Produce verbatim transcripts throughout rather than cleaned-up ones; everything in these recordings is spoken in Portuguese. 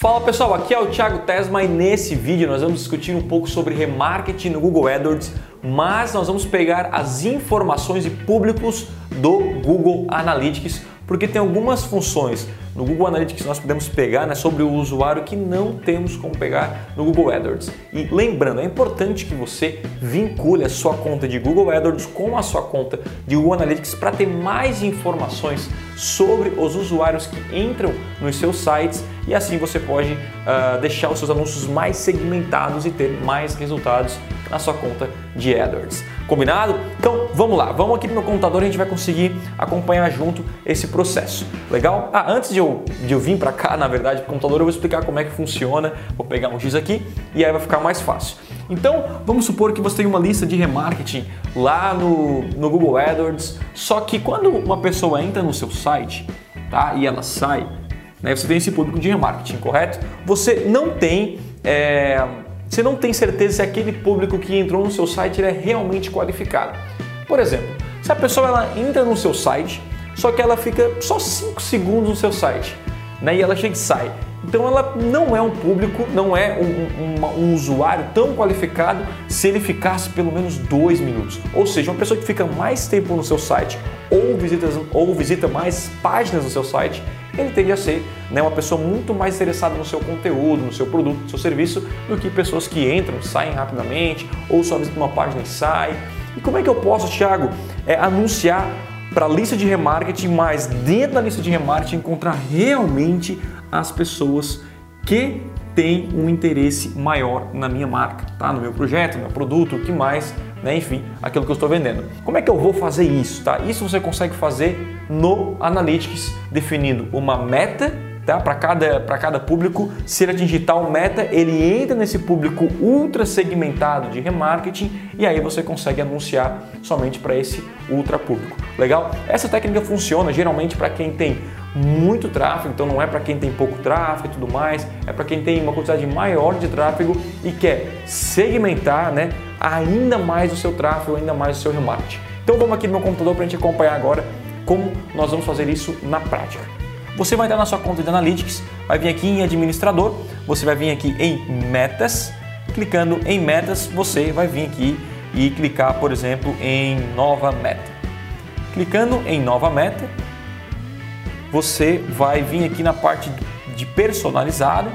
Fala pessoal, aqui é o Thiago Tesma e nesse vídeo nós vamos discutir um pouco sobre remarketing no Google AdWords, mas nós vamos pegar as informações e públicos do Google Analytics, porque tem algumas funções no Google Analytics que nós podemos pegar, né, sobre o usuário que não temos como pegar no Google AdWords. E lembrando, é importante que você vincule a sua conta de Google AdWords com a sua conta de Google Analytics para ter mais informações sobre os usuários que entram nos seus sites e assim você pode uh, deixar os seus anúncios mais segmentados e ter mais resultados na sua conta de AdWords. Combinado? Então vamos lá, vamos aqui no meu computador e a gente vai conseguir acompanhar junto esse processo. Legal? Ah, antes de eu, de eu vir para cá, na verdade, para o computador, eu vou explicar como é que funciona. Vou pegar um X aqui e aí vai ficar mais fácil. Então, vamos supor que você tem uma lista de remarketing lá no, no Google AdWords, só que quando uma pessoa entra no seu site, tá, e ela sai, né, você tem esse público de remarketing, correto? Você não tem... É, Você não tem certeza se aquele público que entrou no seu site ele é realmente qualificado. Por exemplo, se a pessoa ela entra no seu site, só que ela fica só cinco segundos no seu site, né, e ela chega e sai. Então ela não é um público, não é um, um, um usuário tão qualificado se ele ficasse pelo menos dois minutos. Ou seja, uma pessoa que fica mais tempo no seu site ou visita, ou visita mais páginas no seu site, ele tende a ser, né, uma pessoa muito mais interessada no seu conteúdo, no seu produto, no seu serviço, do que pessoas que entram, saem rapidamente, ou só visitam uma página e saem. E como é que eu posso, Thiago, é, anunciar para a lista de remarketing, mas dentro da lista de remarketing encontrar realmente as pessoas que têm um interesse maior na minha marca, tá? No meu projeto, no meu produto, o que mais, né? Enfim, aquilo que eu estou vendendo. Como é que eu vou fazer isso? Tá? Isso você consegue fazer no Analytics, definindo uma meta, tá? Para cada, para cada público. Se ele atingir tal meta, ele entra nesse público ultra segmentado de remarketing e aí você consegue anunciar somente para esse ultra público. Legal? Essa técnica funciona geralmente para quem tem muito tráfego, então não é para quem tem pouco tráfego e tudo mais, é para quem tem uma quantidade maior de tráfego e quer segmentar, né, ainda mais o seu tráfego, ainda mais o seu remarketing. Então vamos aqui no meu computador para a gente acompanhar agora como nós vamos fazer isso na prática. Você vai entrar na sua conta de Analytics, vai vir aqui em Administrador, você vai vir aqui em Metas, clicando em Metas, você vai vir aqui e clicar, por exemplo, em Nova Meta. Clicando em Nova Meta, você vai vir aqui na parte de personalizado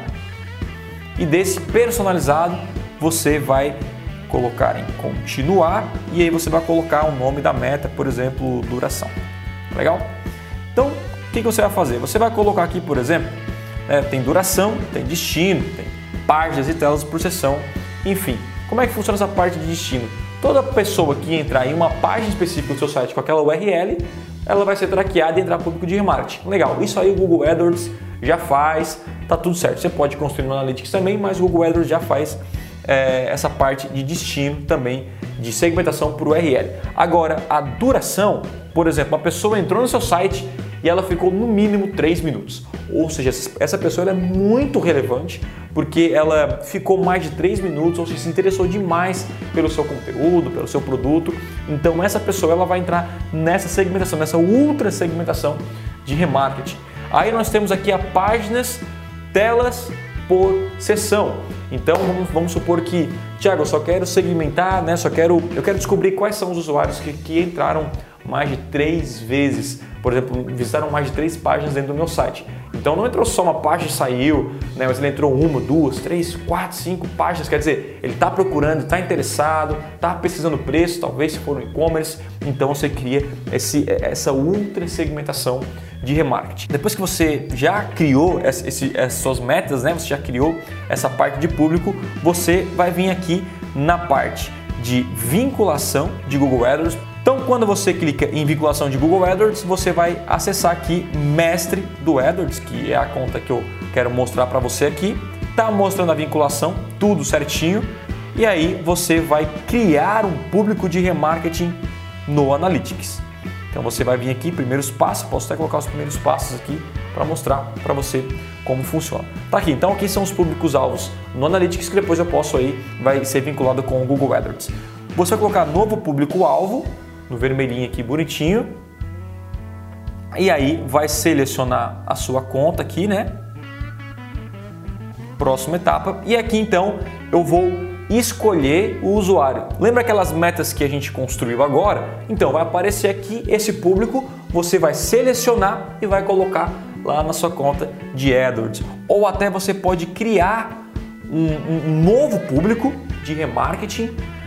e desse personalizado você vai colocar em continuar e aí você vai colocar o nome da meta, por exemplo, duração. Legal? Então, o que você vai fazer? Você vai colocar aqui, por exemplo, né, tem duração, tem destino, tem páginas e telas por sessão, enfim. Como é que funciona essa parte de destino? Toda pessoa que entrar em uma página específica do seu site com aquela U R L, ela vai ser traqueada e entrar no público de remarketing. Legal, isso aí o Google AdWords já faz, tá tudo certo. Você pode construir no Analytics também, mas o Google AdWords já faz é, essa parte de destino também, de segmentação por U R L. Agora, a duração, por exemplo, uma pessoa entrou no seu site e ela ficou no mínimo três minutos. Ou seja, essa pessoa ela é muito relevante porque ela ficou mais de três minutos, ou seja, se interessou demais pelo seu conteúdo, pelo seu produto. Então essa pessoa ela vai entrar nessa segmentação, nessa ultra segmentação de remarketing. Aí nós temos aqui a páginas, telas por sessão. Então vamos, vamos supor que, Thiago, eu só quero segmentar, né? Só quero, eu quero descobrir quais são os usuários que, que entraram mais de três vezes, por exemplo, visitaram mais de três páginas dentro do meu site. Então não entrou só uma página e saiu, né? Mas ele entrou uma, duas, três, quatro, cinco páginas, quer dizer, ele está procurando, está interessado, está pesquisando preço, talvez se for no e-commerce, então você cria esse, essa ultra segmentação de remarketing. Depois que você já criou esse, esse, essas suas metas, né? Você já criou essa parte de público, você vai vir aqui na parte de vinculação de Google AdWords. Então, quando você clica em vinculação de Google AdWords, você vai acessar aqui Mestre do AdWords, que é a conta que eu quero mostrar para você aqui. Tá mostrando a vinculação, tudo certinho. E aí você vai criar um público de remarketing no Analytics. Então você vai vir aqui, primeiros passos, posso até colocar os primeiros passos aqui para mostrar para você como funciona. Tá aqui, então aqui são os públicos-alvos no Analytics que depois eu posso aí, vai ser vinculado com o Google AdWords. Você vai colocar novo público-alvo, no vermelhinho aqui bonitinho, e aí vai selecionar a sua conta aqui, né? próxima etapa. E aqui então eu vou escolher o usuário. Lembra aquelas metas que a gente construiu agora? Então vai aparecer aqui esse público, você vai selecionar e vai colocar lá na sua conta de AdWords. Ou até você pode criar um, um novo público de remarketing,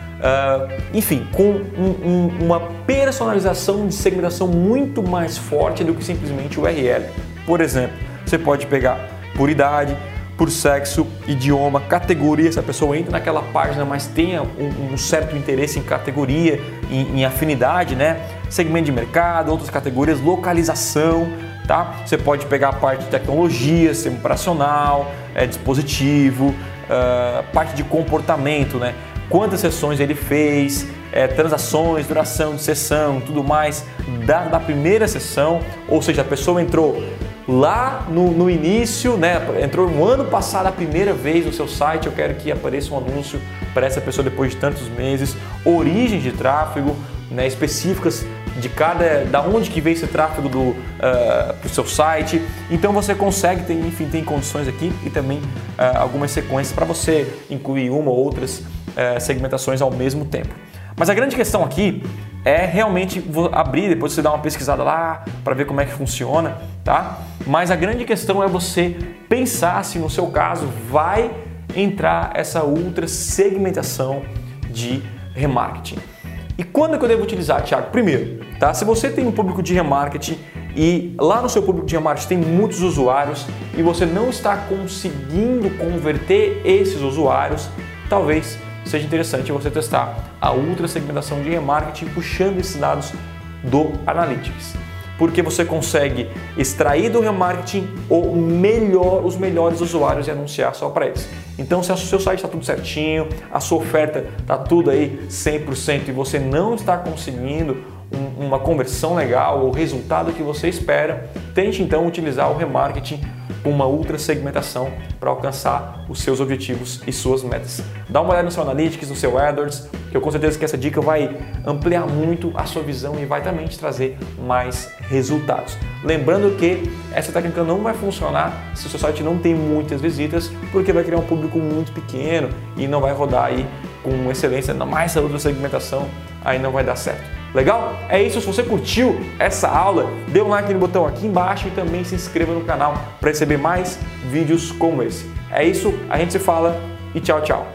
uh, enfim, com um, um, uma personalização de segmentação muito mais forte do que simplesmente o U R L. Por exemplo, você pode pegar por idade, por sexo, idioma, categoria, se a pessoa entra naquela página, mas tenha um, um certo interesse em categoria, em, em afinidade, né? Segmento de mercado, outras categorias, localização, tá? Você pode pegar a parte de tecnologia, sistema operacional, é, dispositivo, uh, parte de comportamento, né? Quantas sessões ele fez, é, transações, duração de sessão, tudo mais da, da primeira sessão, ou seja, a pessoa entrou lá no, no início, né? Entrou no ano passado a primeira vez no seu site, eu quero que apareça um anúncio para essa pessoa depois de tantos meses, origens de tráfego, né? Específicas de cada, da onde que veio esse tráfego do uh, pro seu site. Então você consegue, tem, enfim, tem condições aqui e também uh, algumas sequências para você incluir uma ou outras uh, segmentações ao mesmo tempo. Mas a grande questão aqui é realmente abrir, depois você dá uma pesquisada lá para ver como é que funciona, tá? Mas a grande questão é você pensar se no seu caso vai entrar essa ultra segmentação de remarketing. E quando é que eu devo utilizar, Thiago? Primeiro, tá? Se você tem um público de remarketing e lá no seu público de remarketing tem muitos usuários e você não está conseguindo converter esses usuários, talvez seja interessante você testar a ultra segmentação de remarketing puxando esses dados do Analytics, porque você consegue extrair do remarketing o melhor, os melhores usuários e anunciar só para eles. Então, se o seu site está tudo certinho, a sua oferta está tudo aí cem por cento e você não está conseguindo um, uma conversão legal, o resultado que você espera, tente então utilizar o remarketing com uma ultra segmentação para alcançar os seus objetivos e suas metas. Dá uma olhada no seu Analytics, no seu AdWords, que eu com certeza que essa dica vai ampliar muito a sua visão e vai também te trazer mais resultados. Lembrando que essa técnica não vai funcionar se o seu site não tem muitas visitas, porque vai criar um público muito pequeno e não vai rodar aí com excelência, ainda mais essa outra segmentação, aí não vai dar certo. Legal? É isso, se você curtiu essa aula, dê um like no botão aqui embaixo e também se inscreva no canal para receber mais vídeos como esse. É isso, a gente se fala e tchau, tchau!